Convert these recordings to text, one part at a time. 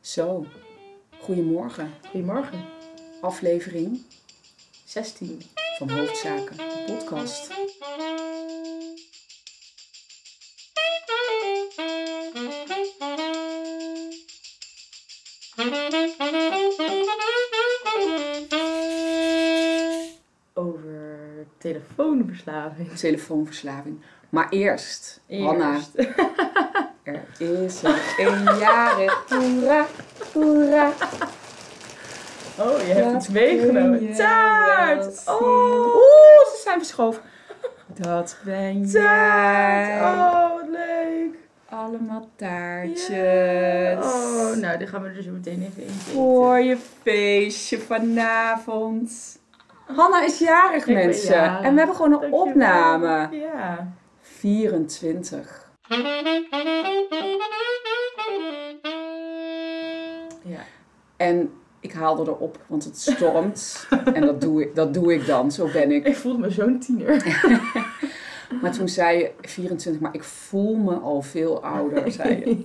Zo, goedemorgen. Goedemorgen. Aflevering 16. van Hoofdzaken, de podcast. Over telefoonverslaving. Telefoonverslaving. Maar eerst. Hanna, er is er eenjarig. Hoera, hoera. Oh, je hebt iets meegenomen. Taart! Oh, ze zijn verschoven. Dat ben jij. taart! Oh, wat leuk. Allemaal taartjes. Ja. Oh, nou, die gaan we er zo meteen even in eten. Voor je feestje vanavond. Hanna is jarig, Ik ben mensen. jarig. En we hebben gewoon een Dankjewel. opname. Ja. 24. Ja. En ik haalde erop, want het stormt. En dat doe ik dan, zo ben ik. Ik voelde me zo'n tiener. Maar toen zei je 24, maar ik voel me al veel ouder, zei je.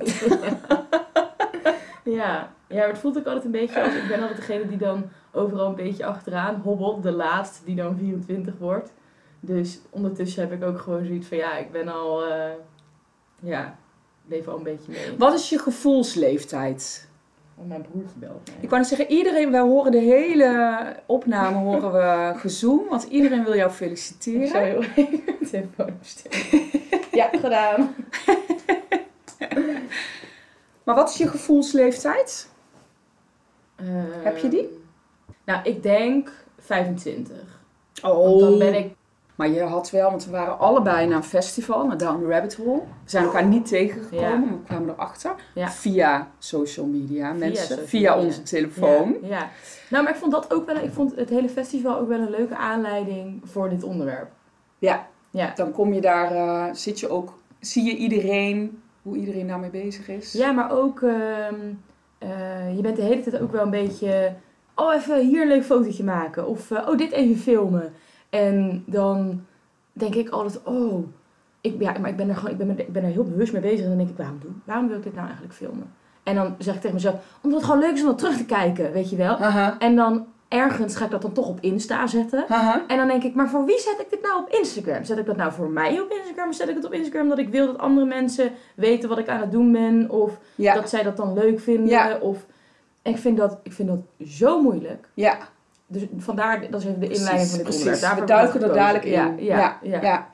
Ja, maar het voelt ook altijd een beetje als... Ik ben altijd degene die dan overal een beetje achteraan hobbelt. De laatste die dan 24 wordt. Dus ondertussen heb ik ook gewoon zoiets van... Ja, ik ben al... leef al een beetje mee. Wat is je gevoelsleeftijd? Want mijn broertje belt mij. Ik wou net zeggen, wij horen de hele opname horen we gezoomd. Want iedereen wil jou Ik feliciteren. zou heel even mijn telefoon stellen. Ja, gedaan. Maar wat is je gevoelsleeftijd? Heb je die? Nou, ik denk 25. Oh. Want dan ben ik... Maar je had wel, want we waren allebei naar een festival, naar Down the Rabbit Hole. We zijn elkaar niet tegengekomen, Ja. maar we kwamen erachter. Ja. Via social media, mensen. social Via media. onze telefoon. Ja. Nou, maar ik vond dat ook wel... Ik vond het hele festival ook wel een leuke aanleiding voor dit onderwerp. Ja, Ja. dan kom je daar, zie je iedereen, hoe iedereen daarmee bezig is. Ja, maar ook... je bent de hele tijd ook wel een beetje... Oh, even hier een leuk fotootje maken. Of dit even filmen. En dan denk ik altijd... Oh, ik ben er heel bewust mee bezig. En dan denk ik, waarom wil ik dit nou eigenlijk filmen? En dan zeg ik tegen mezelf... Omdat het gewoon leuk is om dat terug te kijken, weet je wel. Haha, En dan ergens ga ik dat dan toch op Insta zetten. haha. En dan denk ik, maar voor wie zet ik dit nou op Instagram? Zet ik dat nou voor mij op Instagram? Of zet ik het op Instagram omdat ik wil dat andere mensen weten wat ik aan het doen ben? Of Ja, dat zij dat dan leuk vinden? Ja. Of... En ik vind dat zo moeilijk. ja. Dus vandaar, dat is even de inleiding van dit Precies. onderwerp. Daarvoor We duiken heb er ik dadelijk gekozen. in. Ja.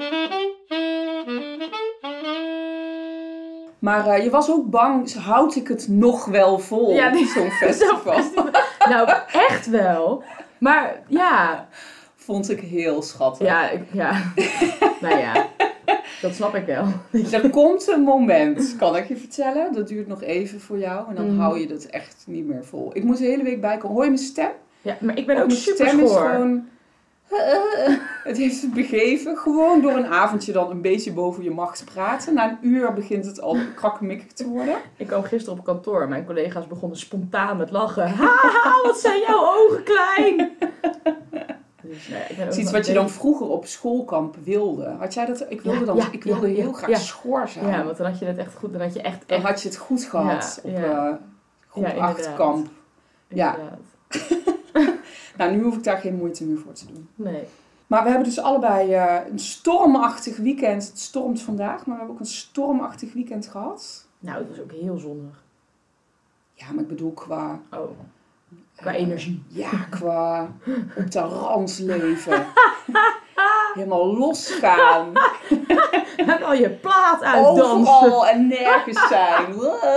Maar je was ook bang, houd ik het nog wel vol, Ja, zo'n festival? Nou, echt wel. Maar ja, Vond ik heel schattig. nou ja, dat snap ik wel. Er komt een moment, kan ik je vertellen. Dat duurt nog even voor jou. En dan hou je dat echt niet meer vol. Ik moet de hele week bijkomen. Hoor je mijn stem? Ja, maar ik ben ook mijn super stem is schoor. gewoon... Het heeft het begeven. Gewoon door een avondje dan een beetje boven je macht praten. Na een uur begint het al krakkemikkig te worden. Ik kwam gisteren op kantoor en mijn collega's begonnen spontaan met lachen. Haha, wat zijn jouw ogen klein! Dus, nee, ik ben Dat is ook iets wel wat je dan vroeger op schoolkamp wilde. Had jij dat? Ik wilde heel graag schoor zijn. Ja, want dan had je het echt goed. Dan had je echt... Dan had je het goed gehad op groep 8 inderdaad. kamp. Ja. Inderdaad. Nou, nu hoef ik daar geen moeite meer voor te doen. Nee. Maar we hebben dus allebei een stormachtig weekend. Het stormt vandaag, maar we hebben ook een stormachtig weekend gehad. Nou, het was ook heel zonnig. Ja, maar ik bedoel qua... Qua energie. Ja, qua op de rand leven. Helemaal losgaan. En al je plaat uitdansen. Overal en nergens zijn.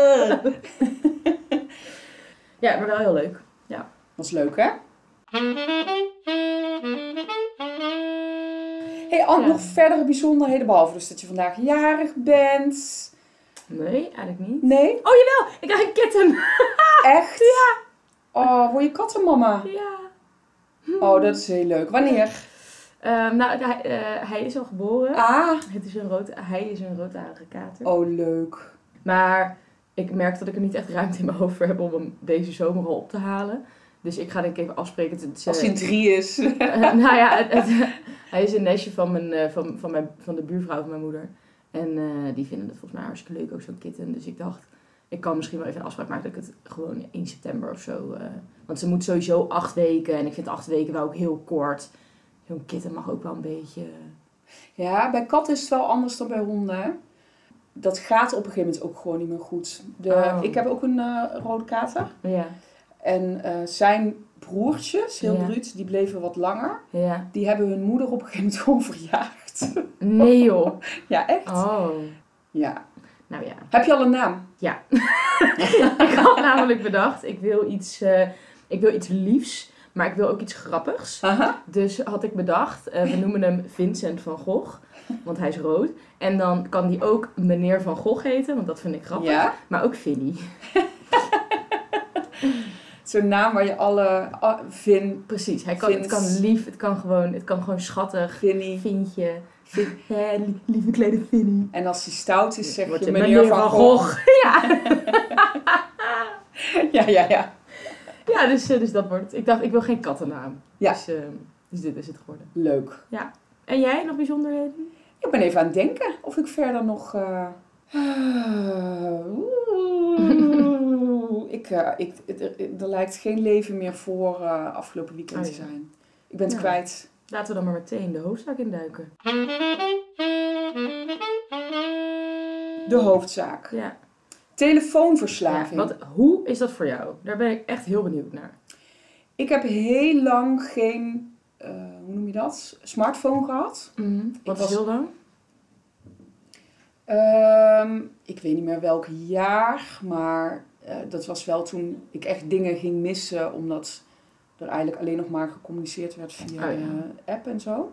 Ja, maar wel heel leuk. Was leuk, hè? Hey Anne, nog verdere bijzonderheden, behalve dus dat je vandaag jarig bent. Nee, eigenlijk niet. Nee? Oh, jawel! Ik krijg een kitten. Echt? Ja. Oh, word je kattenmama? Ja. Oh, dat is heel leuk. Wanneer? Hij is al geboren. Ah. Hij is een roodharige kater. Oh, leuk. Maar ik merk dat ik er niet echt ruimte in mijn hoofd voor heb om hem deze zomer al op te halen. Dus ik ga denk ik even afspreken. Als hij 3 is. Nou ja, hij is een nestje van de buurvrouw van mijn moeder. En die vinden het volgens mij hartstikke leuk, ook zo'n kitten. Dus ik dacht, ik kan misschien wel even een afspraak maken dat ik het gewoon 1 september of zo... want ze moet sowieso 8 weken. En ik vind 8 weken wel ook heel kort. Zo'n kitten mag ook wel een beetje... Ja, bij katten is het wel anders dan bij honden. Hè? Dat gaat op een gegeven moment ook gewoon niet meer goed. Ik heb ook een rode kater. Ja. En zijn broertjes, heel Ja. bruut, die bleven wat langer. Ja. Die hebben hun moeder op een gegeven moment gewoon verjaagd. Nee joh. Ja, echt? Oh. Ja. Nou ja. Heb je al een naam? Ja. Ik had namelijk bedacht, ik wil iets liefs, maar ik wil ook iets grappigs. Aha. Dus had ik bedacht, we noemen hem Vincent van Gogh, want hij is rood. En dan kan die ook meneer Van Gogh heten, want dat vind ik grappig. Ja. Maar ook Vinnie. Zo'n naam waar je alle... Precies, het Vince. kan lief, het kan gewoon schattig. Vinnie. Vintje. Lieve kleine Vinnie. En als hij stout is, zeg Wordt je het meneer Van Gogh. Ja. Ja. Ja, dus dat wordt... Ik dacht, ik wil geen kattennaam. Ja. Dus dit is het geworden. Leuk. En jij, nog bijzonderheden? Ik ben even aan het denken of ik verder nog... Er lijkt geen leven meer voor afgelopen weekend te zijn. Ik ben het kwijt. Laten we dan maar meteen de hoofdzaak induiken. De hoofdzaak. Ja. Telefoonverslaving. Hoe is dat voor jou? Daar ben ik echt heel benieuwd naar. Ik heb heel lang geen, hoe noem je dat? Smartphone gehad. Wat was heel lang? Ik weet niet meer welk jaar, maar dat was wel toen ik echt dingen ging missen, omdat er eigenlijk alleen nog maar gecommuniceerd werd via app en zo.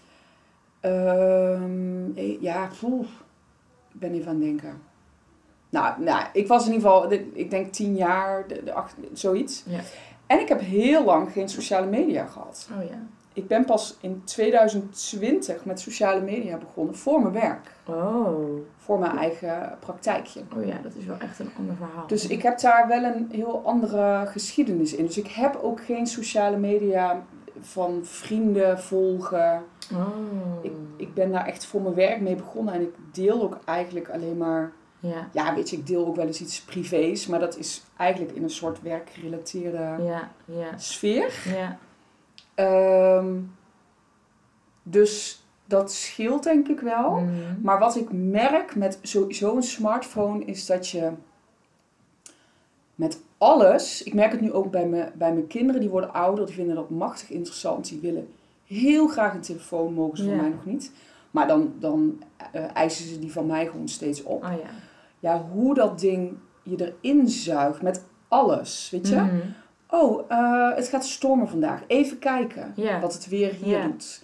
Ik ben even aan het denken. Nou, ik was in ieder geval, ik denk 10 jaar, zoiets. Ja. En ik heb heel lang geen sociale media gehad. Oh ja. Ik ben pas in 2020 met sociale media begonnen voor mijn werk. Oh. Voor mijn eigen praktijkje. Oh ja, dat is wel echt een ander verhaal. Dus ik heb daar wel een heel andere geschiedenis in. Dus ik heb ook geen sociale media van vrienden volgen. Oh. Ik ben daar echt voor mijn werk mee begonnen. En ik deel ook eigenlijk alleen maar... Ja, weet je, ik deel ook wel eens iets privés. Maar dat is eigenlijk in een soort werkgerelateerde sfeer. Ja. Dus dat scheelt denk ik wel. Maar wat ik merk met sowieso een smartphone is dat je met alles... Ik merk het nu ook bij mijn kinderen, die worden ouder. Die vinden dat machtig interessant. Die willen heel graag een telefoon, mogen ze van mij nog niet. Maar dan eisen ze die van mij gewoon steeds op. Oh ja. Ja, hoe dat ding je erin zuigt met alles, weet je? Het gaat stormen vandaag. Even kijken wat het weer hier doet.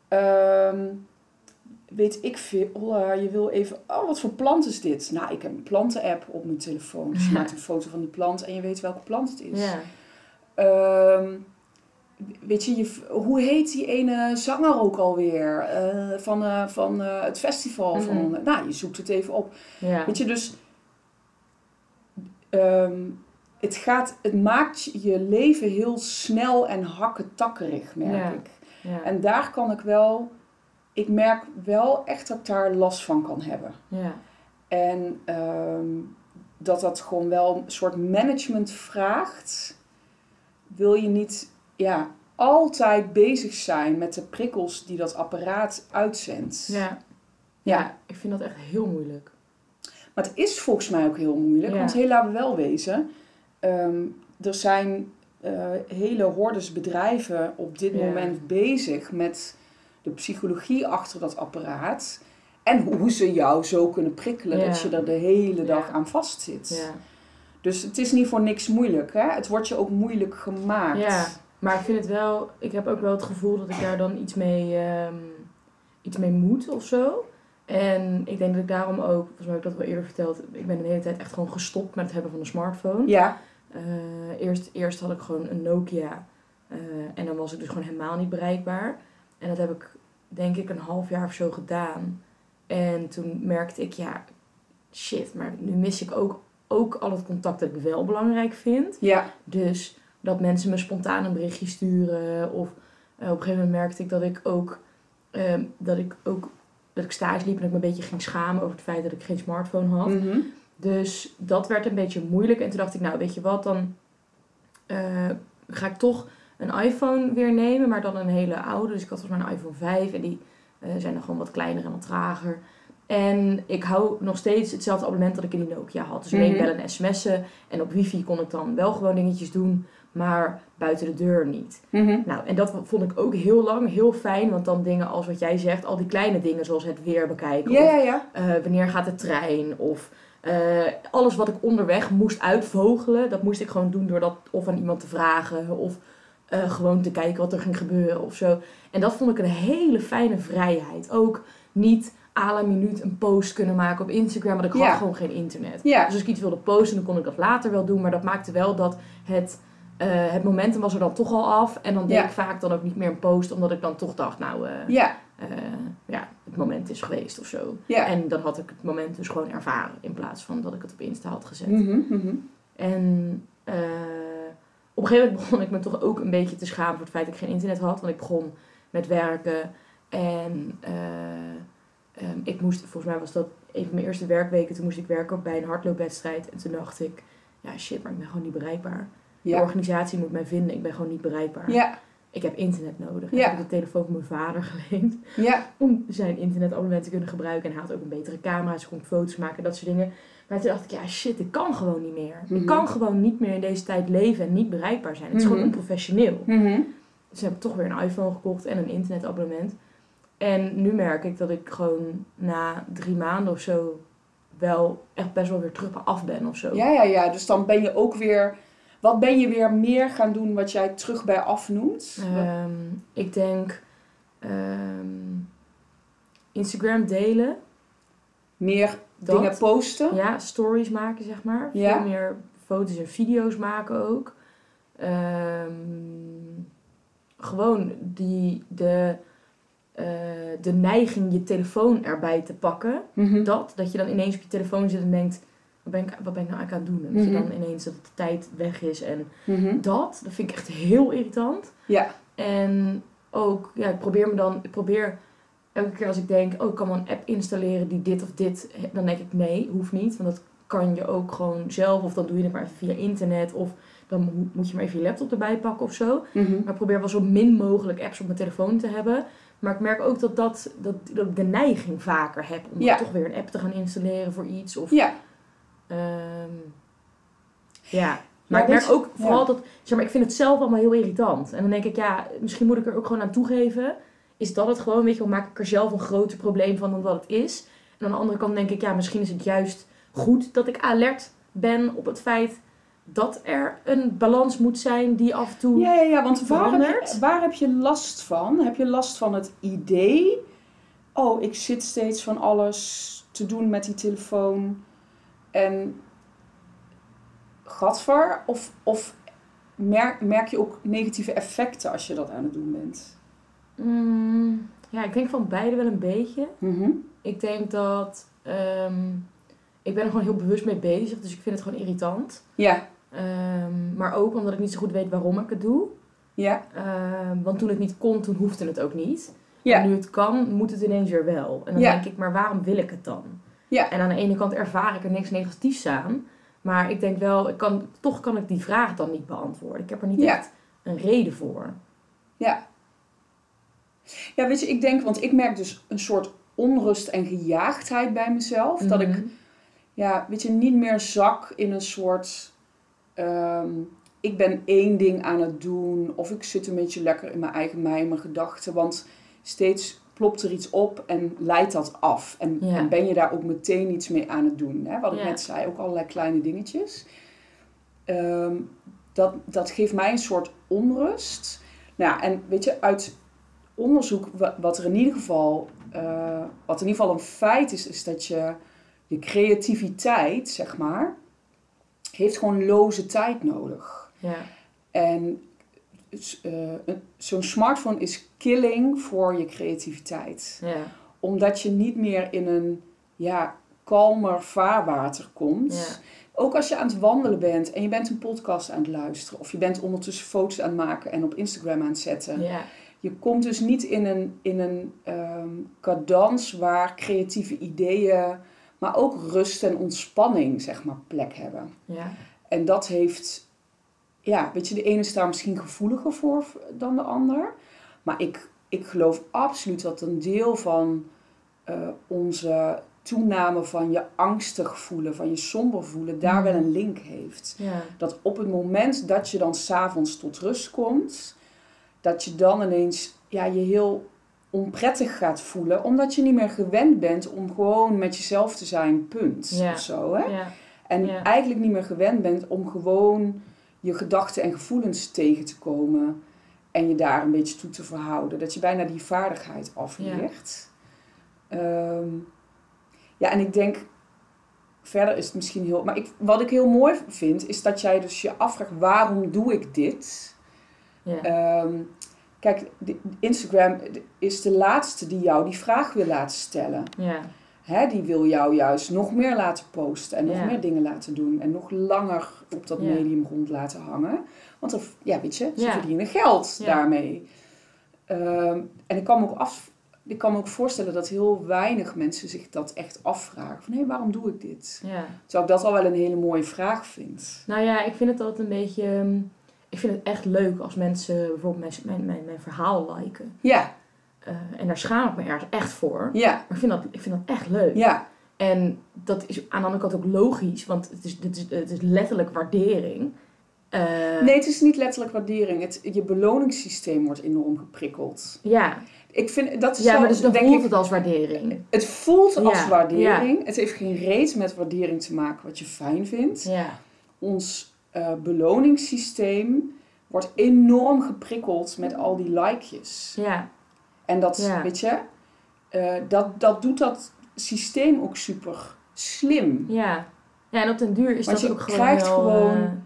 Weet ik veel. Je wil even... wat voor plant is dit? Nou, ik heb een planten-app op mijn telefoon. Dus je maakt een foto van die plant en je weet welke plant het is. Weet je, hoe heet die ene zanger ook alweer? Van het festival. Je zoekt het even op. Ja. Weet je, dus... Het maakt je leven heel snel en hakketakkerig, merk ik. Ja. En daar kan ik wel... Ik merk wel echt dat ik daar last van kan hebben. Ja. En dat gewoon wel een soort management vraagt. Wil je niet altijd bezig zijn met de prikkels die dat apparaat uitzendt? Ja, ik vind dat echt heel moeilijk. Maar het is volgens mij ook heel moeilijk. Want laten we wel wezen. Er zijn hele hordes bedrijven op dit moment bezig met de psychologie achter dat apparaat. En hoe ze jou zo kunnen prikkelen dat je er de hele dag aan vastzit. Ja. Dus het is niet voor niks moeilijk. Hè? Het wordt je ook moeilijk gemaakt. Ja, maar ik vind het wel... Ik heb ook wel het gevoel dat ik daar dan iets mee moet of zo. En ik denk dat ik daarom ook... Volgens mij heb ik dat wel eerder verteld. Ik ben de hele tijd echt gewoon gestopt met het hebben van een smartphone. Ja. Eerst had ik gewoon een Nokia. En dan was ik dus gewoon helemaal niet bereikbaar. En dat heb ik denk ik een half jaar of zo gedaan. En toen merkte ik, shit, maar nu mis ik ook al het contact dat ik wel belangrijk vind. Ja. Dus dat mensen me spontaan een berichtje sturen. Of op een gegeven moment merkte ik dat ik stage liep en dat ik me een beetje ging schamen over het feit dat ik geen smartphone had. Mm-hmm. Dus dat werd een beetje moeilijk. En toen dacht ik, nou weet je wat, dan ga ik toch een iPhone weer nemen. Maar dan een hele oude. Dus ik had volgens mij een iPhone 5. En die zijn dan gewoon wat kleiner en wat trager. En ik hou nog steeds hetzelfde abonnement dat ik in die Nokia had. Dus alleen bellen en sms'en. En op wifi kon ik dan wel gewoon dingetjes doen. Maar buiten de deur niet. Nou, en dat vond ik ook heel lang heel fijn. Want dan dingen als wat jij zegt. Al die kleine dingen zoals het weer bekijken. Of wanneer gaat de trein. Of alles wat ik onderweg moest uitvogelen. Dat moest ik gewoon doen door dat of aan iemand te vragen. Of gewoon te kijken wat er ging gebeuren of zo. En dat vond ik een hele fijne vrijheid. Ook niet à la minuut een post kunnen maken op Instagram. Want ik had gewoon geen internet. Ja. Dus als ik iets wilde posten, dan kon ik dat later wel doen. Maar dat maakte wel dat het momentum was er dan toch al af. En dan deed ik vaak dan ook niet meer een post. Omdat ik dan toch dacht, nou, het moment is geweest of zo. Ja. En dan had ik het moment dus gewoon ervaren. In plaats van dat ik het op Insta had gezet. En op een gegeven moment begon ik me toch ook een beetje te schamen voor het feit dat ik geen internet had. Want ik begon met werken. En ik moest, volgens mij was dat een van mijn eerste werkweken. Toen moest ik werken bij een hardloopwedstrijd. En toen dacht ik, ja shit, maar ik ben gewoon niet bereikbaar. Ja. De organisatie moet mij vinden, ik ben gewoon niet bereikbaar. Ja. Ik heb internet nodig. Ja. Ik heb de telefoon van mijn vader geleend. Ja. Om zijn internetabonnement te kunnen gebruiken. En hij had ook een betere camera, dus kon ik foto's maken, dat soort dingen. Maar toen dacht ik, ja shit, ik kan gewoon niet meer. Ik kan gewoon niet meer in deze tijd leven en niet bereikbaar zijn. Het is gewoon onprofessioneel. Dus heb ik toch weer een iPhone gekocht en een internetabonnement. En nu merk ik dat ik gewoon na 3 maanden of zo wel echt best wel weer terug af ben of zo. Ja. Dus dan ben je ook weer... Wat ben je weer meer gaan doen wat jij terug bij af noemt? Ik denk Instagram delen. Meer dingen posten? Ja, stories maken zeg maar. Veel meer foto's en video's maken ook. Gewoon de neiging je telefoon erbij te pakken. Dat je dan ineens op je telefoon zit en denkt... Wat ben ik nou eigenlijk aan het doen? En dat je dan ineens dat de tijd weg is. En dat vind ik echt heel irritant. Ja. En ook, ik probeer elke keer als ik denk, ik kan wel een app installeren die dit of dit. Dan denk ik, nee, hoeft niet. Want dat kan je ook gewoon zelf. Of dan doe je het maar even via internet. Of dan moet je maar even je laptop erbij pakken of zo. Maar ik probeer wel zo min mogelijk apps op mijn telefoon te hebben. Maar ik merk ook dat ik de neiging vaker heb. Om toch weer een app te gaan installeren voor iets. Of, maar ik merk ook vooral dat... Zeg maar, ik vind het zelf allemaal heel irritant. En dan denk ik, misschien moet ik er ook gewoon aan toegeven. Is dat het gewoon, weet je wel, maak ik er zelf een groter probleem van dan wat het is. En aan de andere kant denk ik, misschien is het juist goed dat ik alert ben op het feit dat er een balans moet zijn die af en toe want waar heb je last van? Heb je last van het idee? Oh, ik zit steeds van alles te doen met die telefoon... En gadver? Of merk je ook negatieve effecten als je dat aan het doen bent? Ik denk van beide wel een beetje. Ik denk dat... ik ben er gewoon heel bewust mee bezig. Dus ik vind het gewoon irritant. Ja. Maar ook omdat ik niet zo goed weet waarom ik het doe. Ja. Want toen het niet kon, toen hoefde het ook niet. Ja. En nu het kan, moet het ineens weer wel. En dan denk ik, maar waarom wil ik het dan? Ja. En aan de ene kant ervaar ik er niks negatiefs aan. Maar ik denk wel, toch kan ik die vraag dan niet beantwoorden. Ik heb er niet echt een reden voor. Ja. Ja, weet je, ik denk, want ik merk dus een soort onrust en gejaagdheid bij mezelf. Dat ik, niet meer zak in een soort... ik ben één ding aan het doen. Of ik zit een beetje lekker in mijn eigen mijn gedachten. Want steeds... plopt er iets op en leidt dat af. En ben je daar ook meteen iets mee aan het doen. Hè? Wat ik net zei, ook allerlei kleine dingetjes. Dat geeft mij een soort onrust. Nou, en weet je, uit onderzoek, wat in ieder geval een feit is dat je creativiteit, zeg maar, heeft gewoon loze tijd nodig. Ja. En zo'n smartphone is killing voor je creativiteit. Ja. Omdat je niet meer in een kalmer vaarwater komt. Ja. Ook als je aan het wandelen bent en je bent een podcast aan het luisteren. Of je bent ondertussen foto's aan het maken en op Instagram aan het zetten. Ja. Je komt dus niet in een cadans waar creatieve ideeën maar ook rust en ontspanning, zeg maar, plek hebben. Ja. En dat heeft, ja, weet je, de ene is daar misschien gevoeliger voor dan de ander. Maar ik geloof absoluut dat een deel van onze toename van je angstig voelen, van je somber voelen, daar wel een link heeft. Ja. Dat op het moment dat je dan 's avonds tot rust komt, dat je dan ineens je heel onprettig gaat voelen, omdat je niet meer gewend bent om gewoon met jezelf te zijn, punt. Ja. Of zo, hè? Ja. En eigenlijk niet meer gewend bent om gewoon je gedachten en gevoelens tegen te komen en je daar een beetje toe te verhouden. Dat je bijna die vaardigheid afleert. Ja, en ik denk, verder is het misschien heel... Maar wat ik heel mooi vind, is dat jij dus je afvraagt, waarom doe ik dit? Ja. Kijk, Instagram is de laatste die jou die vraag wil laten stellen. Ja. Hè, die wil jou juist nog meer laten posten en nog meer dingen laten doen. En nog langer op dat medium rond laten hangen. Want weet je, ze verdienen geld daarmee. En ik kan me ook voorstellen dat heel weinig mensen zich dat echt afvragen. Van, hé, waarom doe ik dit? Ja. Terwijl ik dat al wel een hele mooie vraag vind. Nou ja, ik vind het altijd een beetje... Ik vind het echt leuk als mensen bijvoorbeeld mijn verhaal liken. Ja. En daar schaam ik me ergens echt voor. Ja. Maar ik vind dat echt leuk. Ja. En dat is aan de andere kant ook logisch. Want het is letterlijk waardering. Nee, het is niet letterlijk waardering. Je beloningssysteem wordt enorm geprikkeld. Ja. Ik vind, dat is maar dus dan voelt het als waardering. Het voelt als waardering. Ja. Het heeft geen reet met waardering te maken wat je fijn vindt. Ja. Ons beloningssysteem wordt enorm geprikkeld met al die likejes. Ja. En dat, weet je, dat doet dat systeem ook super slim. Ja. Ja, en op den duur is want dat ook gewoon je krijgt gewoon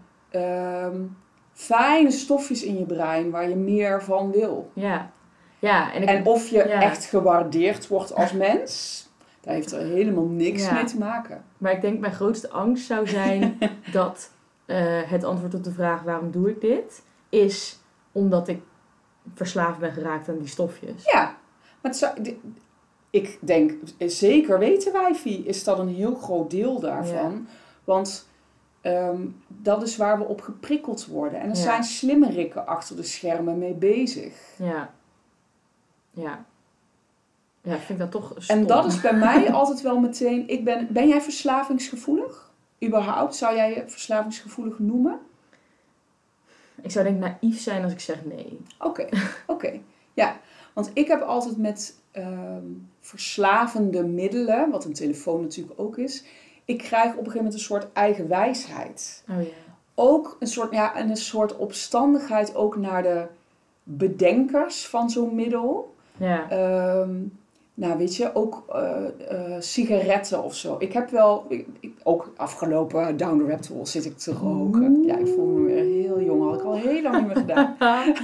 fijne stofjes in je brein waar je meer van wil. Ja. Ja, en of je echt gewaardeerd wordt als mens, daar heeft er helemaal niks mee te maken. Maar ik denk mijn grootste angst zou zijn dat het antwoord op de vraag waarom doe ik dit, is omdat ik verslaafd ben geraakt aan die stofjes. Ja, maar ik denk, zeker weten wijfie, is dat een heel groot deel daarvan. Ja. Want dat is waar we op geprikkeld worden. En er zijn slimmerikken achter de schermen mee bezig. Ja. Ja. Ja, ik vind dat toch stom. En dat is bij mij altijd wel meteen... Ben jij verslavingsgevoelig? Überhaupt, zou jij je verslavingsgevoelig noemen? Ik zou denk ik naïef zijn als ik zeg nee. Oké. Ja, want ik heb altijd met verslavende middelen, wat een telefoon natuurlijk ook is... Ik krijg op een gegeven moment een soort eigen wijsheid. Oh ja. Ook een soort opstandigheid ook naar de bedenkers van zo'n middel. Ja. Nou, weet je, ook sigaretten of zo. Ik heb wel, ook afgelopen Down the Rabbit Hole zit ik te roken. Ja, ik voel me weer heel jong. Had ik al heel lang niet meer gedaan.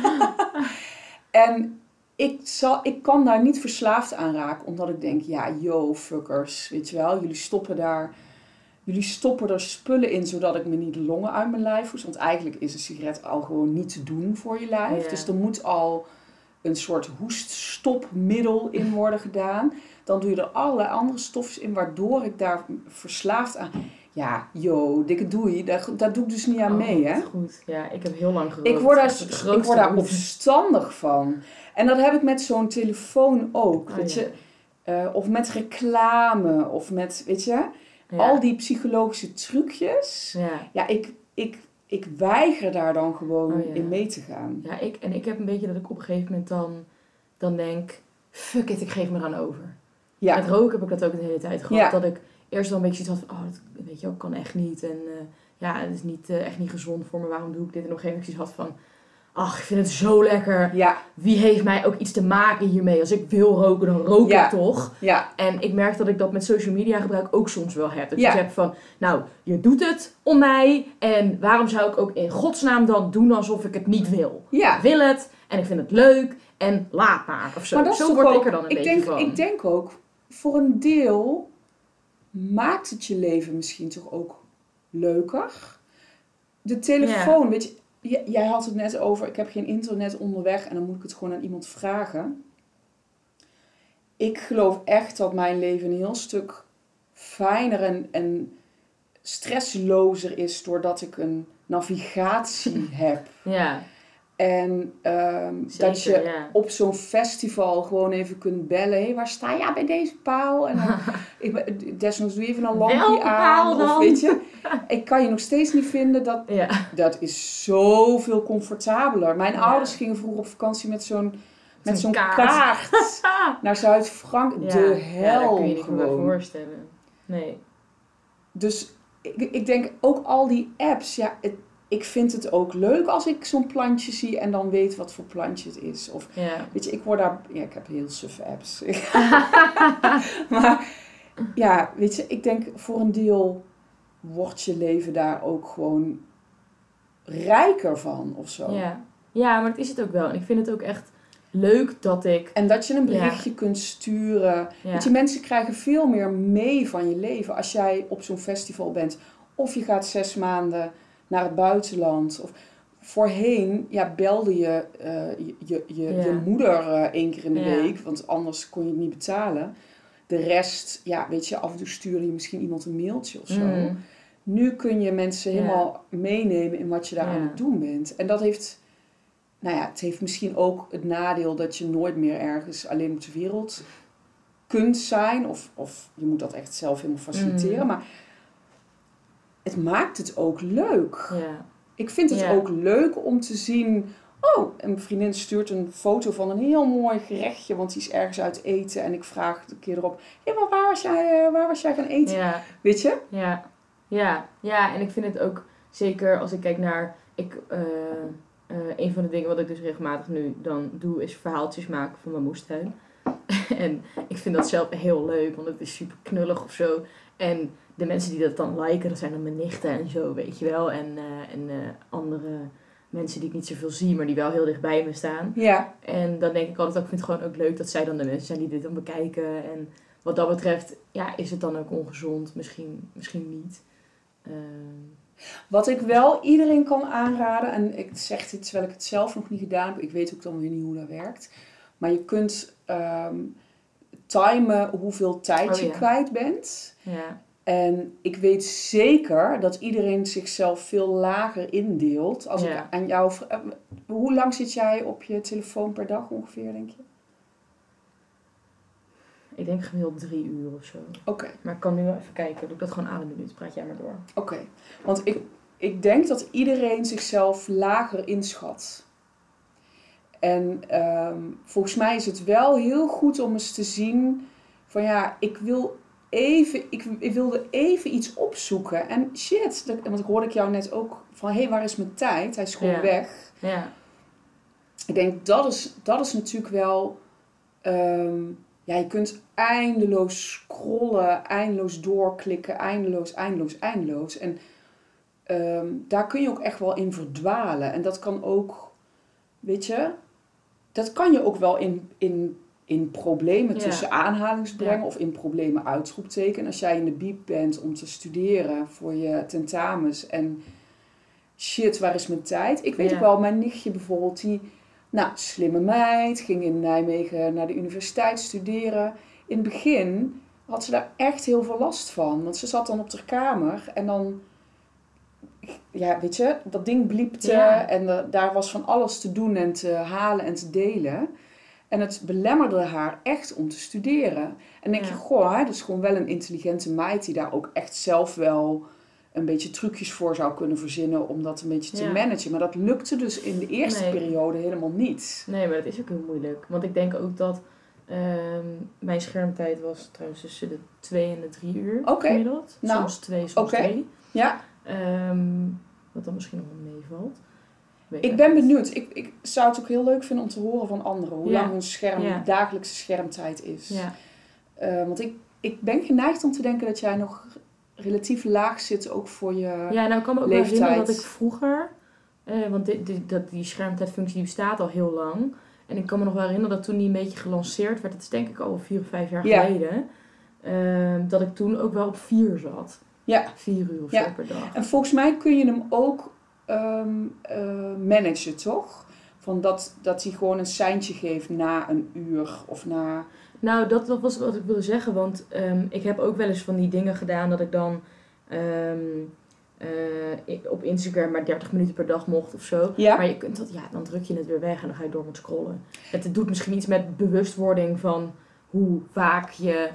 En ik kan daar niet verslaafd aan raken. Omdat ik denk, fuckers. Weet je wel, jullie stoppen er spullen in zodat ik me niet longen uit mijn lijf hoest. Want eigenlijk is een sigaret al gewoon niet te doen voor je lijf. Ja. Dus er moet al een soort hoeststopmiddel in worden gedaan. Dan doe je er allerlei andere stofjes in, waardoor ik daar verslaafd aan... Ja, dikke doei. Daar doe ik dus niet aan mee, hè? Goed. Ja, ik heb heel lang gerookt. Ik word daar opstandig van. En dat heb ik met zo'n telefoon ook. Weet je? Of met reclame. Of met, weet je... Ja. Al die psychologische trucjes. Ja, ik weiger daar dan gewoon in mee te gaan. Ja, ik heb een beetje dat ik op een gegeven moment dan denk... Fuck it, ik geef me eraan over. Ja. Met roken heb ik dat ook de hele tijd gehad. Ja. Dat ik eerst wel een beetje zoiets had van... dat weet je ook, kan echt niet. En het is niet, echt niet gezond voor me. Waarom doe ik dit? En op een gegeven moment had van... Ach, ik vind het zo lekker. Ja. Wie heeft mij ook iets te maken hiermee? Als ik wil roken, dan rook ik toch. Ja. En ik merk dat ik dat met social media gebruik ook soms wel heb. Dat je zegt van, nou, je doet het om mij. En waarom zou ik ook in godsnaam dan doen alsof ik het niet wil? Ja. Ik wil het en ik vind het leuk en laat maar of zo. Maar zo word ik er dan een beetje van. Ik denk ook, voor een deel maakt het je leven misschien toch ook leuker. De telefoon, weet je... Jij had het net over, ik heb geen internet onderweg en dan moet ik het gewoon aan iemand vragen. Ik geloof echt dat mijn leven een heel stuk fijner en stresslozer is doordat ik een navigatie heb. Ja. En Zeker, dat je op zo'n festival gewoon even kunt bellen. Hé, waar sta je bij deze paal? En dan, desnoods doe je even een lampje Welke aan. paal dan? Of weet je, ik kan je nog steeds niet vinden. Dat is zoveel comfortabeler. Mijn ouders gingen vroeger op vakantie met zo'n kaart naar Zuid-Frankrijk. De hel dat kun je niet gewoon. meer voorstellen. Nee. Dus ik denk ook al die apps, ik vind het ook leuk als ik zo'n plantje zie en dan weet wat voor plantje het is. Of weet je, ik heb heel suffe apps. Maar ja, weet je, ik denk voor een deel wordt je leven daar ook gewoon rijker van of zo. Ja, maar dat is het ook wel. En ik vind het ook echt leuk dat ik... En dat je een berichtje kunt sturen. Ja. Weet je, mensen krijgen veel meer mee van je leven als jij op zo'n festival bent. Of je gaat 6 maanden naar het buitenland. Of voorheen belde je je moeder 1 keer in de week. Want anders kon je het niet betalen. De rest, weet je, af en toe stuurde je misschien iemand een mailtje of zo. Nu kun je mensen helemaal meenemen in wat je daar aan het doen bent. En dat heeft... het heeft misschien ook het nadeel dat je nooit meer ergens alleen op de wereld kunt zijn. Of je moet dat echt zelf helemaal faciliteren. Maar het maakt het ook leuk. Ja. Ik vind het ook leuk om te zien... Oh, een vriendin stuurt een foto van een heel mooi gerechtje. Want die is ergens uit eten. En ik vraag een keer erop... Hé, maar waar was jij gaan eten? Ja. Weet je? Ja, en ik vind het ook... Zeker als ik kijk naar... een van de dingen wat ik dus regelmatig nu dan doe, is verhaaltjes maken van mijn moestuin. En ik vind dat zelf heel leuk, want het is super knullig of zo. En de mensen die dat dan liken, dat zijn dan mijn nichten en zo, weet je wel. En andere mensen die ik niet zoveel zie, maar die wel heel dicht bij me staan. Ja. En dan denk ik altijd ook, ik vind het gewoon ook leuk dat zij dan de mensen zijn die dit dan bekijken. En wat dat betreft, is het dan ook ongezond? Misschien niet. Wat ik wel iedereen kan aanraden, en ik zeg dit terwijl ik het zelf nog niet gedaan heb, ik weet ook dan weer niet hoe dat werkt, maar je kunt timen hoeveel tijd je kwijt bent. Ja. En ik weet zeker dat iedereen zichzelf veel lager indeelt. Als ik aan jou vraag, hoe lang zit jij op je telefoon per dag ongeveer, denk je? Ik denk gemiddeld 3 uur of zo. Oké. Maar ik kan nu wel even kijken. Doe ik dat gewoon aan een minuut. Praat jij maar door. Oké. Want ik denk dat iedereen zichzelf lager inschat. En volgens mij is het wel heel goed om eens te zien van ik wilde even iets opzoeken. En shit, want ik hoorde jou net ook van hé, waar is mijn tijd? Hij is gewoon weg. Ja. Ik denk dat is natuurlijk wel... je kunt eindeloos scrollen, eindeloos doorklikken, eindeloos. En daar kun je ook echt wel in verdwalen. En dat kan ook, weet je, dat kan je ook wel in problemen tussen aanhalings brengen of in problemen uitroepteken. Als jij in de bieb bent om te studeren voor je tentamens en shit, waar is mijn tijd? Ik weet ook wel, mijn nichtje bijvoorbeeld, die... slimme meid, ging in Nijmegen naar de universiteit studeren. In het begin had ze daar echt heel veel last van. Want ze zat dan op haar kamer en dan... weet je, dat ding bliepte en daar was van alles te doen en te halen en te delen. En het belemmerde haar echt om te studeren. En denk je, dat is gewoon wel een intelligente meid die daar ook echt zelf wel... een beetje trucjes voor zou kunnen verzinnen om dat een beetje te managen. Maar dat lukte dus in de eerste periode helemaal niet. Nee, maar dat is ook heel moeilijk. Want ik denk ook dat mijn schermtijd was trouwens tussen de 2 en de 3 uur gemiddeld. Soms 2, soms 3. Ja. Wat dan misschien nog wel meevalt. Ik ben benieuwd. Ik zou het ook heel leuk vinden om te horen van anderen. Hoe lang hun dagelijkse schermtijd is. Ja. Want ik ben geneigd om te denken dat jij nog... relatief laag zit ook voor je leeftijd. Ja, nou ik kan me ook wel herinneren dat ik vroeger... want die schermtijdfunctie die bestaat al heel lang. En ik kan me nog wel herinneren dat toen die een beetje gelanceerd werd. Dat is denk ik al 4 of 5 jaar geleden. Dat ik toen ook wel op 4 zat. Ja. 4 uur of zo per dag. En volgens mij kun je hem ook managen, toch? Van dat hij gewoon een seintje geeft na een uur of na... Nou, dat was wat ik wilde zeggen. Want ik heb ook wel eens van die dingen gedaan dat ik dan op Instagram maar 30 minuten per dag mocht of zo. Ja. Maar je kunt dat, dan druk je het weer weg en dan ga je door met scrollen. Het doet misschien iets met bewustwording van hoe vaak je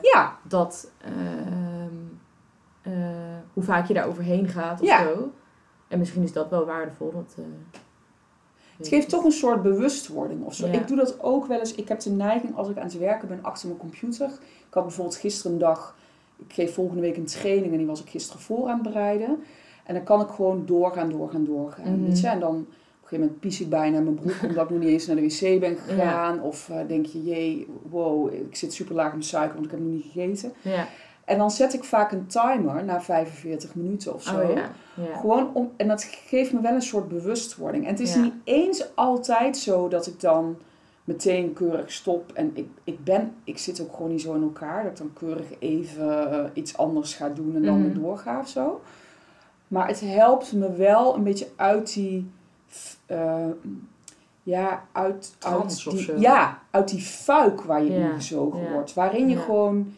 hoe vaak je daar overheen gaat of zo. En misschien is dat wel waardevol. Het geeft toch een soort bewustwording of zo. Ja. Ik doe dat ook wel eens. Ik heb de neiging als ik aan het werken ben achter mijn computer. Ik had bijvoorbeeld gisteren een dag... Ik geef volgende week een training en die was ik gisteren voor aan het bereiden. En dan kan ik gewoon doorgaan. Mm-hmm. Weet je? En dan op een gegeven moment pies ik bijna mijn broek omdat ik nog niet eens naar de wc ben gegaan. Ja. Of denk je, wow, ik zit super laag in de suiker want ik heb nog niet gegeten. Ja. En dan zet ik vaak een timer na 45 minuten of zo. Oh, ja. Gewoon en dat geeft me wel een soort bewustwording. En het is niet eens altijd zo dat ik dan meteen keurig stop. En ik zit ook gewoon niet zo in elkaar. Dat ik dan keurig even iets anders ga doen en dan weer doorga of zo. Maar het helpt me wel een beetje uit die... uit die fuik waar je in gezogen wordt. Waarin je gewoon...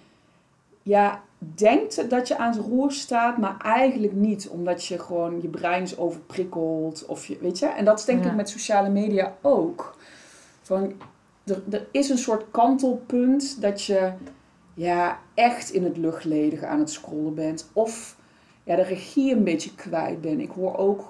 denkt dat je aan het roer staat, maar eigenlijk niet. Omdat je gewoon, je brein is overprikkeld. Of weet je? En dat is denk ik met sociale media ook. Van, er is een soort kantelpunt dat je echt in het luchtledige aan het scrollen bent. Of de regie een beetje kwijt bent. Ik hoor ook...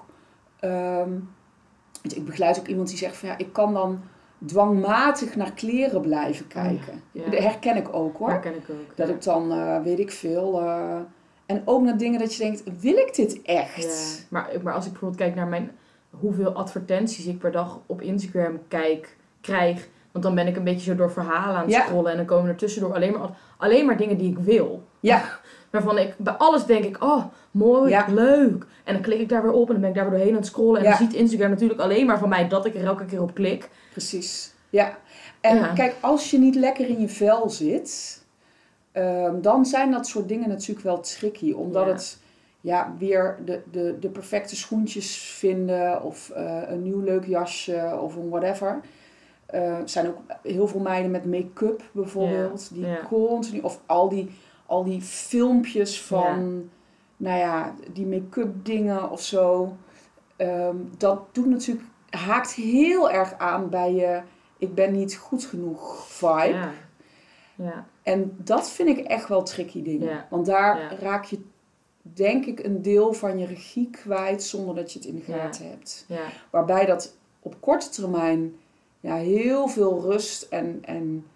ik begeleid ook iemand die zegt van ik kan dan... dwangmatig naar kleren blijven kijken. Dat herken ik ook hoor. Dat ik dan, weet ik veel... en ook naar dingen dat je denkt, wil ik dit echt? Ja. Maar als ik bijvoorbeeld kijk naar hoeveel advertenties ik per dag op Instagram krijg... Want dan ben ik een beetje zo door verhalen aan het scrollen... en dan komen er tussendoor alleen maar dingen die ik wil. Ja. Waarvan ik bij alles denk ik, mooi, leuk. En dan klik ik daar weer op en dan ben ik daar weer doorheen aan het scrollen. En dan ziet Instagram natuurlijk alleen maar van mij dat ik er elke keer op klik. Precies, ja. En kijk, als je niet lekker in je vel zit, dan zijn dat soort dingen natuurlijk wel tricky. Omdat het weer de perfecte schoentjes vinden of een nieuw leuk jasje of een whatever. Er zijn ook heel veel meiden met make-up bijvoorbeeld. Die continu, of al die filmpjes van, die make-up dingen of zo. Dat doet natuurlijk, haakt heel erg aan bij je ik ben niet goed genoeg vibe. Ja. En dat vind ik echt wel tricky dingen. Ja. Want daar raak je denk ik een deel van je regie kwijt zonder dat je het in de gaten hebt. Ja. Waarbij dat op korte termijn heel veel rust en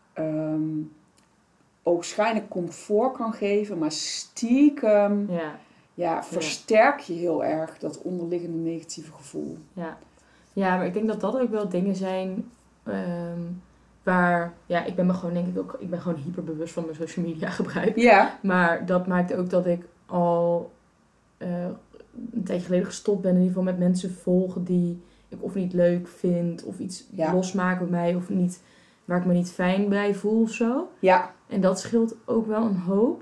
oogschijnlijk comfort kan geven, maar stiekem versterk je heel erg dat onderliggende negatieve gevoel. Ja, maar ik denk dat dat ook wel dingen zijn waar, ik ben me gewoon denk ik ook, ik ben gewoon hyperbewust van mijn social media gebruik. Ja. Maar dat maakt ook dat ik al een tijdje geleden gestopt ben in ieder geval met mensen volgen die ik of niet leuk vind of iets losmaken bij mij of niet, waar ik me niet fijn bij voel of zo. Ja. En dat scheelt ook wel een hoop.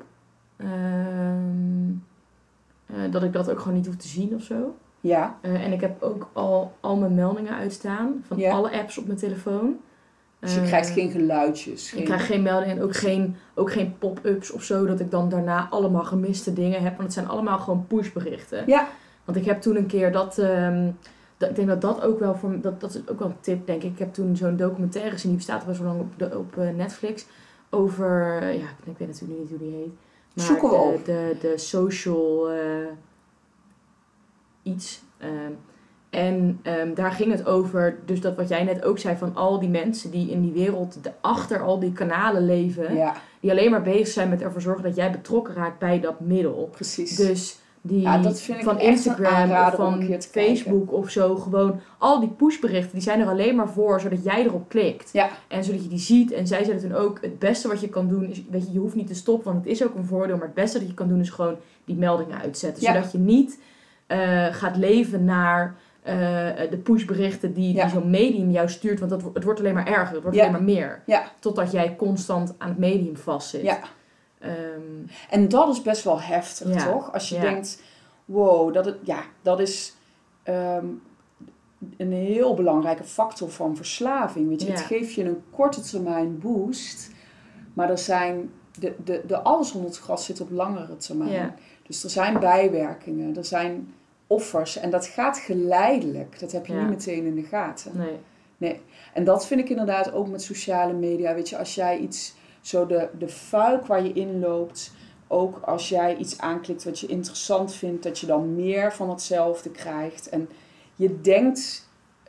Dat ik dat ook gewoon niet hoef te zien of zo. Ja. En ik heb ook al mijn meldingen uitstaan van alle apps op mijn telefoon. Dus je krijgt geen geluidjes. Ik krijg geen meldingen en ook geen pop-ups of zo, dat ik dan daarna allemaal gemiste dingen heb. Want het zijn allemaal gewoon pushberichten. Ja. Want ik heb toen een keer ik denk dat ook wel dat is ook wel een tip, denk ik. Ik heb toen zo'n documentaire gezien, die bestaat al best wel lang op Netflix. Over, ik weet natuurlijk niet hoe die heet. Maar zoeken we op. De social iets. En daar ging het over, dus dat wat jij net ook zei, van al die mensen die in die wereld achter al die kanalen leven. Die alleen maar bezig zijn met ervoor zorgen dat jij betrokken raakt bij dat middel. Precies. Dus die dat vind ik van Instagram of van Facebook of zo, gewoon al die pushberichten, die zijn er alleen maar voor, zodat jij erop klikt. Ja. En zodat je die ziet. En zij zeiden toen ook, het beste wat je kan doen is, weet je hoeft niet te stoppen, want het is ook een voordeel, maar het beste dat je kan doen is gewoon die meldingen uitzetten. Zodat je niet gaat leven naar de pushberichten die zo'n medium jou stuurt, want het wordt alleen maar erger, het wordt alleen maar meer. Ja. Totdat jij constant aan het medium vastzit. Ja. En dat is best wel heftig, toch? Als je denkt, wow, dat is... een heel belangrijke factor van verslaving. Weet je, het geeft je een korte termijn boost. Maar er zijn... De alles onder het gras zit op langere termijn. Ja. Dus er zijn bijwerkingen. Er zijn offers. En dat gaat geleidelijk. Dat heb je niet meteen in de gaten. Nee. En dat vind ik inderdaad ook met sociale media. Weet je, als jij iets... Zo de fuik waar je in loopt... Ook als jij iets aanklikt wat je interessant vindt... dat je dan meer van hetzelfde krijgt. En je denkt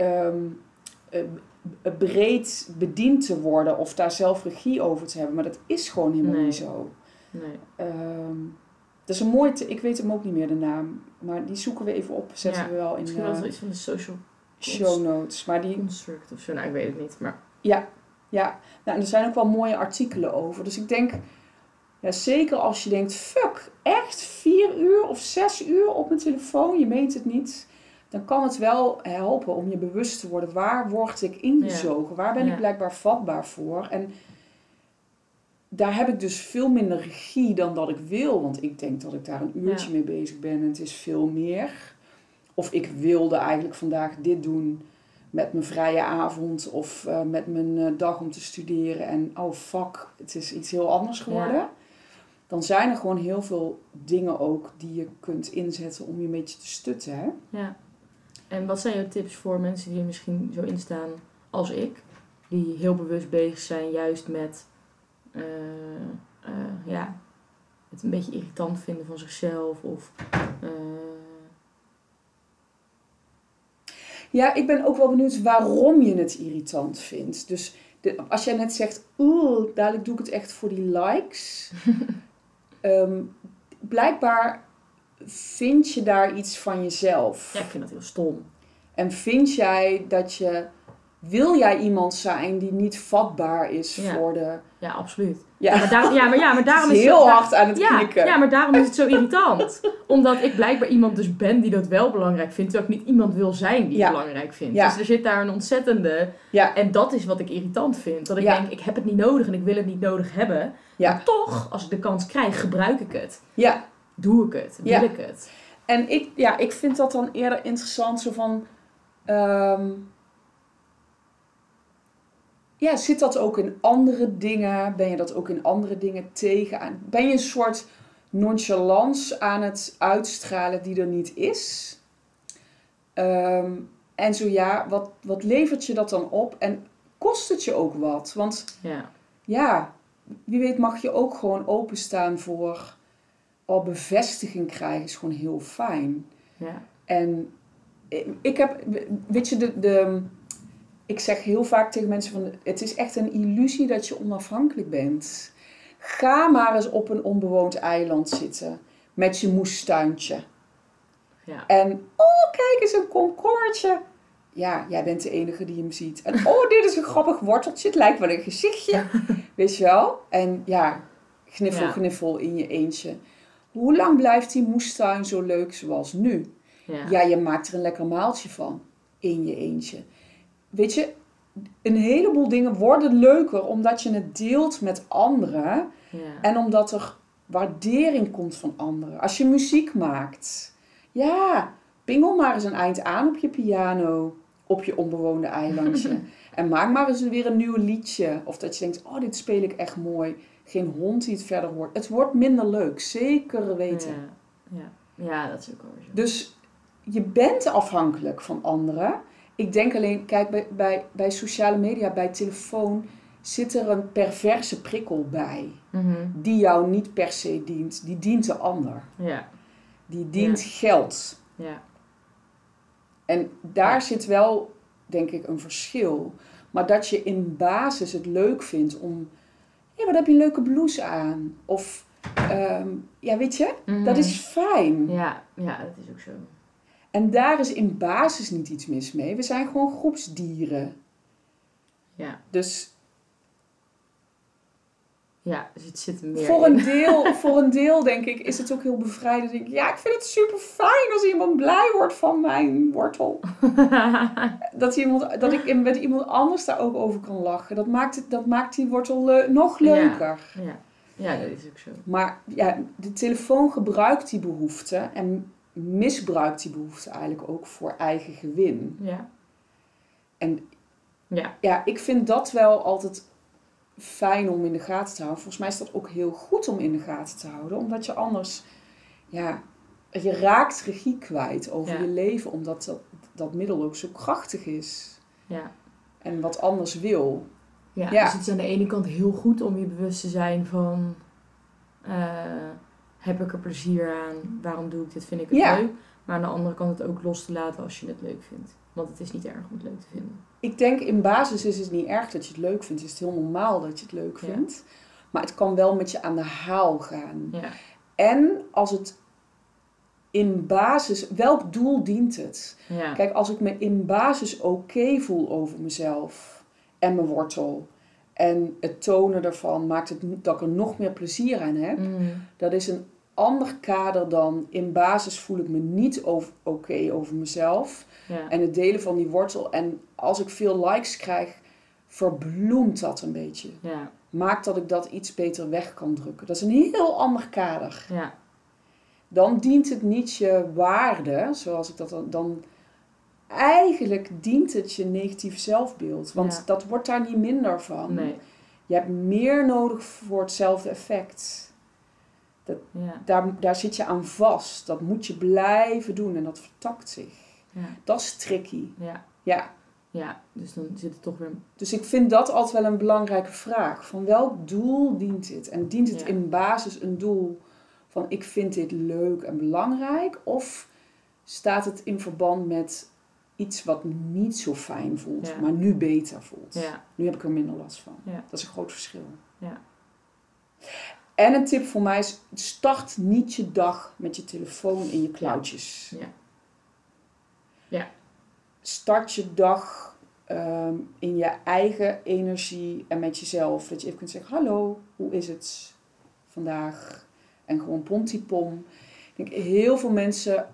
breed bediend te worden... of daar zelf regie over te hebben. Maar dat is gewoon helemaal niet zo. Nee. Dat is een mooi... Ik weet hem ook niet meer, de naam. Maar die zoeken we even op. Zetten we wel in... Misschien was er iets van de social... show notes. Maar die... Construct of zo. Nou, ik weet het niet. Maar... Ja. Nou, en er zijn ook wel mooie artikelen over. Dus ik denk... Ja, zeker als je denkt, fuck, echt 4 uur of 6 uur op mijn telefoon, je meent het niet. Dan kan het wel helpen om je bewust te worden. Waar word ik ingezogen? Waar ben ik blijkbaar vatbaar voor? En daar heb ik dus veel minder regie dan dat ik wil. Want ik denk dat ik daar een uurtje mee bezig ben en het is veel meer. Of ik wilde eigenlijk vandaag dit doen met mijn vrije avond of met mijn dag om te studeren. En oh fuck, het is iets heel anders geworden. Ja. Dan zijn er gewoon heel veel dingen ook die je kunt inzetten om je een beetje te stutten. Hè? Ja. En wat zijn jouw tips voor mensen die er misschien zo in staan als ik? Die heel bewust bezig zijn juist met het een beetje irritant vinden van zichzelf. Of, Ja, ik ben ook wel benieuwd waarom je het irritant vindt. Dus als jij net zegt, dadelijk doe ik het echt voor die likes... blijkbaar vind je daar iets van jezelf. Ja, ik vind dat heel stom. En vind jij dat je... Wil jij iemand zijn die niet vatbaar is voor de... Ja, absoluut. Ja, maar daarom is het heel hard aan het knikken. Ja, maar daarom is het zo irritant. Omdat ik blijkbaar iemand dus ben die dat wel belangrijk vindt. Terwijl ik niet iemand wil zijn die het belangrijk vindt. Ja. Dus er zit daar een ontzettende... Ja. En dat is wat ik irritant vind. Dat ik denk, ik heb het niet nodig en ik wil het niet nodig hebben. Ja. Maar toch, als ik de kans krijg, gebruik ik het. Ja. Doe ik het. Wil ik het. En ik vind dat dan eerder interessant. Zo van... zit dat ook in andere dingen? Ben je dat ook in andere dingen tegen? Ben je een soort nonchalance aan het uitstralen die er niet is? En zo wat levert je dat dan op? En kost het je ook wat? Want wie weet mag je ook gewoon openstaan voor... bevestiging krijgen is gewoon heel fijn. Ja. En ik heb... Weet je, ik zeg heel vaak tegen mensen van... Het is echt een illusie dat je onafhankelijk bent. Ga maar eens op een onbewoond eiland zitten. Met je moestuintje. Ja. En, kijk eens een komkommertje. Ja, jij bent de enige die hem ziet. En, dit is een grappig worteltje. Het lijkt wel een gezichtje. Weet je wel? En gniffel in je eentje. Hoe lang blijft die moestuin zo leuk zoals nu? Ja, je maakt er een lekker maaltje van. In je eentje. Weet je, een heleboel dingen worden leuker omdat je het deelt met anderen. Ja. En omdat er waardering komt van anderen. Als je muziek maakt. Ja, pingel maar eens een eind aan op je piano. Op je onbewoonde eilandje. En maak maar eens weer een nieuw liedje. Of dat je denkt, dit speel ik echt mooi. Geen hond die het verder hoort. Het wordt minder leuk. Zeker weten. Ja, dat is ook wel zo. Dus je bent afhankelijk van anderen. Ik denk alleen, kijk, bij sociale media, bij telefoon... zit er een perverse prikkel bij. Mm-hmm. Die jou niet per se dient. Die dient de ander. Ja. Die dient geld. Ja. En daar zit wel, denk ik, een verschil. Maar dat je in basis het leuk vindt om... wat heb je een leuke blouse aan? Of, weet je, dat is fijn. Ja, dat is ook zo. En daar is in basis niet iets mis mee. We zijn gewoon groepsdieren. Ja. Dus... Ja, dus het zit er meer Voor een deel, denk ik, is het ook heel bevrijdend. Ik vind het super fijn als iemand blij wordt van mijn wortel. dat ik met iemand anders daar ook over kan lachen. Dat maakt die wortel nog leuker. Ja, dat is ook zo. Maar de telefoon gebruikt die behoefte en misbruikt die behoefte eigenlijk ook voor eigen gewin. En ja, ik vind dat wel altijd fijn om in de gaten te houden. Volgens mij is dat ook heel goed om in de gaten te houden. Omdat je anders, je raakt regie kwijt over je leven. Omdat dat middel ook zo krachtig is. Ja. En wat anders wil. Ja, dus het is aan de ene kant heel goed om je bewust te zijn van... heb ik er plezier aan? Waarom doe ik dit? Vind ik het leuk? Maar aan de andere kant het ook los te laten als je het leuk vindt. Want het is niet erg om het leuk te vinden. Ik denk in basis is het niet erg dat je het leuk vindt. Het is heel normaal dat je het leuk vindt. Maar het kan wel met je aan de haal gaan. Ja. En als het in basis... Welk doel dient het? Ja. Kijk, als ik me in basis oké voel over mezelf en mijn wortel... en het tonen daarvan maakt het dat ik er nog meer plezier aan heb... Dat is een ander kader dan in basis voel ik me niet oké over mezelf... Ja. En het delen van die wortel. En als ik veel likes krijg, verbloemt dat een beetje. Ja. Maakt dat ik dat iets beter weg kan drukken. Dat is een heel ander kader. Ja. Dan dient het niet je waarde, zoals ik dat dan... Eigenlijk dient het je negatieve zelfbeeld. Want dat wordt daar niet minder van. Nee. Je hebt meer nodig voor hetzelfde effect. Daar zit je aan vast. Dat moet je blijven doen en dat vertakt zich. Ja. Dat is tricky. Ja, dus dan zit het toch weer... Dus ik vind dat altijd wel een belangrijke vraag. Van welk doel dient dit? En dient het in basis een doel van ik vind dit leuk en belangrijk? Of staat het in verband met iets wat niet zo fijn voelt, maar nu beter voelt? Ja. Nu heb ik er minder last van. Ja. Dat is een groot verschil. Ja. En een tip voor mij is, start niet je dag met je telefoon in je klauwtjes. Ja. Start je dag in je eigen energie en met jezelf. Dat je even kunt zeggen, hallo, hoe is het vandaag? En gewoon pontipom. Ik denk, heel veel mensen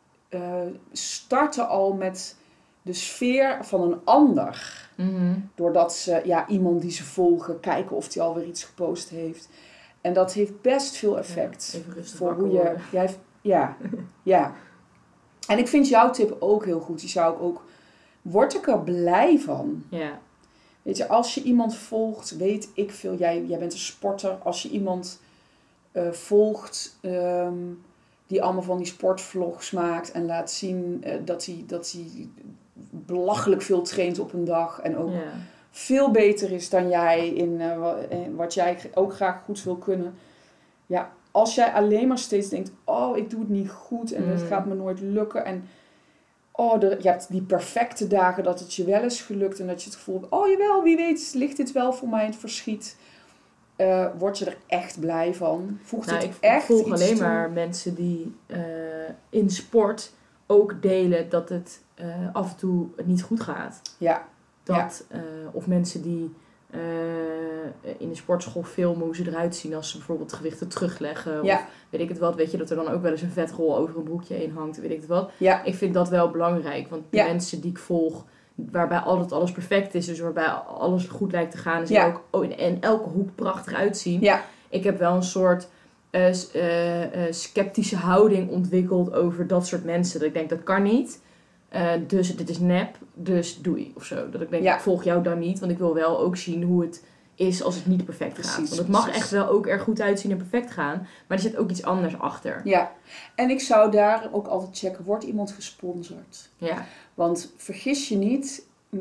starten al met de sfeer van een ander. Mm-hmm. Doordat ze iemand die ze volgen, kijken of die alweer iets gepost heeft. En dat heeft best veel effect. Even rustig voor hoe je... Ja. En ik vind jouw tip ook heel goed. Die zou ik ook... Word ik er blij van? Ja. Weet je, als je iemand volgt, weet ik veel. Jij bent een sporter. Als je iemand volgt die allemaal van die sportvlogs maakt en laat zien dat hij belachelijk veel traint op een dag. En ook veel beter is dan jij in wat jij ook graag goed wil kunnen. Ja, als jij alleen maar steeds denkt, oh, ik doe het niet goed en het gaat me nooit lukken. En je hebt die perfecte dagen dat het je wel is gelukt en dat je het gevoel hebt, oh jawel, wie weet ligt dit wel voor mij in het verschiet. Word je er echt blij van? Ik volg alleen maar mensen die in sport ook delen dat het af en toe niet goed gaat. Ja. Of mensen die in de sportschool filmen hoe ze eruit zien als ze bijvoorbeeld gewichten terugleggen. Of weet ik het wat. Weet je dat er dan ook wel eens een vetrol over een broekje heen hangt. Weet ik het wat. Ja. Ik vind dat wel belangrijk. Want de mensen die ik volg, waarbij altijd alles perfect is. Dus waarbij alles goed lijkt te gaan. En ze ook in elke hoek prachtig uitzien. Ja. Ik heb wel een soort sceptische houding ontwikkeld over dat soort mensen. Dat ik denk, dat kan niet. Dus dit is nep, dus doei of zo. Dat ik denk, ik volg jou dan niet. Want ik wil wel ook zien hoe het is als het niet perfect gaat. Want het mag echt wel ook er goed uitzien en perfect gaan. Maar er zit ook iets anders achter. Ja, en ik zou daar ook altijd checken, wordt iemand gesponsord? Ja. Want vergis je niet,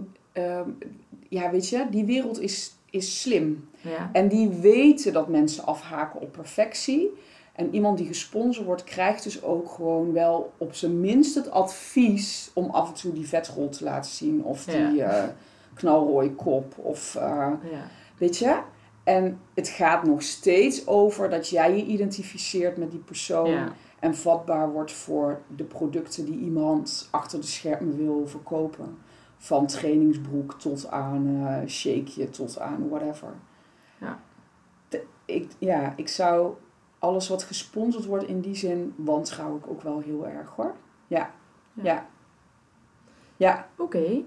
weet je, die wereld is slim. Ja. En die weten dat mensen afhaken op perfectie. En iemand die gesponsord wordt, krijgt dus ook gewoon wel op zijn minst het advies om af en toe die vetrol te laten zien. Of die knalrooie kop. Of, weet je? En het gaat nog steeds over dat jij je identificeert met die persoon. Ja. En vatbaar wordt voor de producten die iemand achter de schermen wil verkopen. Van trainingsbroek tot aan shakeje tot aan whatever. Ja. Ik zou... Alles wat gesponsord wordt in die zin wantrouw ik ook wel heel erg hoor. Ja. Oké.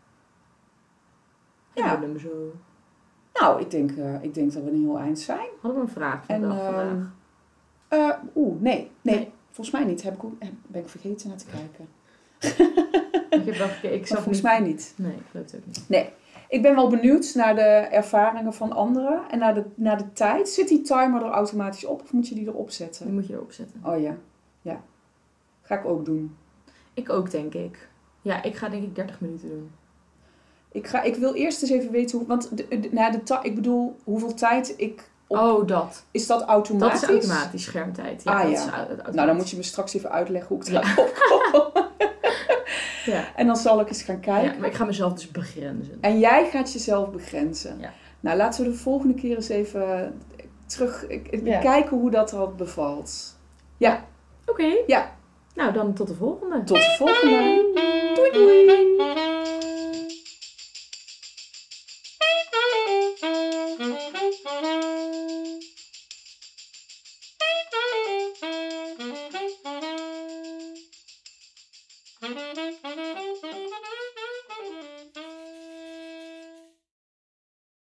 Ja. We zo. Nou, ik denk dat we een heel eind zijn. Hadden we een vraag van vandaag? Nee. Volgens mij niet. Ben ik vergeten naar te kijken. Ik heb wel gekeken. Volgens mij niet. Nee, ik geloof het ook niet. Nee. Ik ben wel benieuwd naar de ervaringen van anderen. En naar de tijd. Zit die timer er automatisch op of moet je die erop zetten? Die moet je erop zetten. Oh ja. Ja. Ga ik ook doen. Ik ook, denk ik. Ja, ik ga denk ik 30 minuten doen. Ik wil eerst eens even weten... Want ik bedoel, hoeveel tijd ik... Dat. Is dat automatisch? Dat is automatisch, schermtijd. Ja, dat is automatisch. Nou, dan moet je me straks even uitleggen hoe ik daarop kom. Ja. En dan zal ik eens gaan kijken. Ja, maar ik ga mezelf dus begrenzen. En jij gaat jezelf begrenzen. Ja. Nou, laten we de volgende keer eens even kijken hoe dat er bevalt. Ja. Oké. Ja. Nou, dan tot de volgende. Tot de volgende. Doei doei.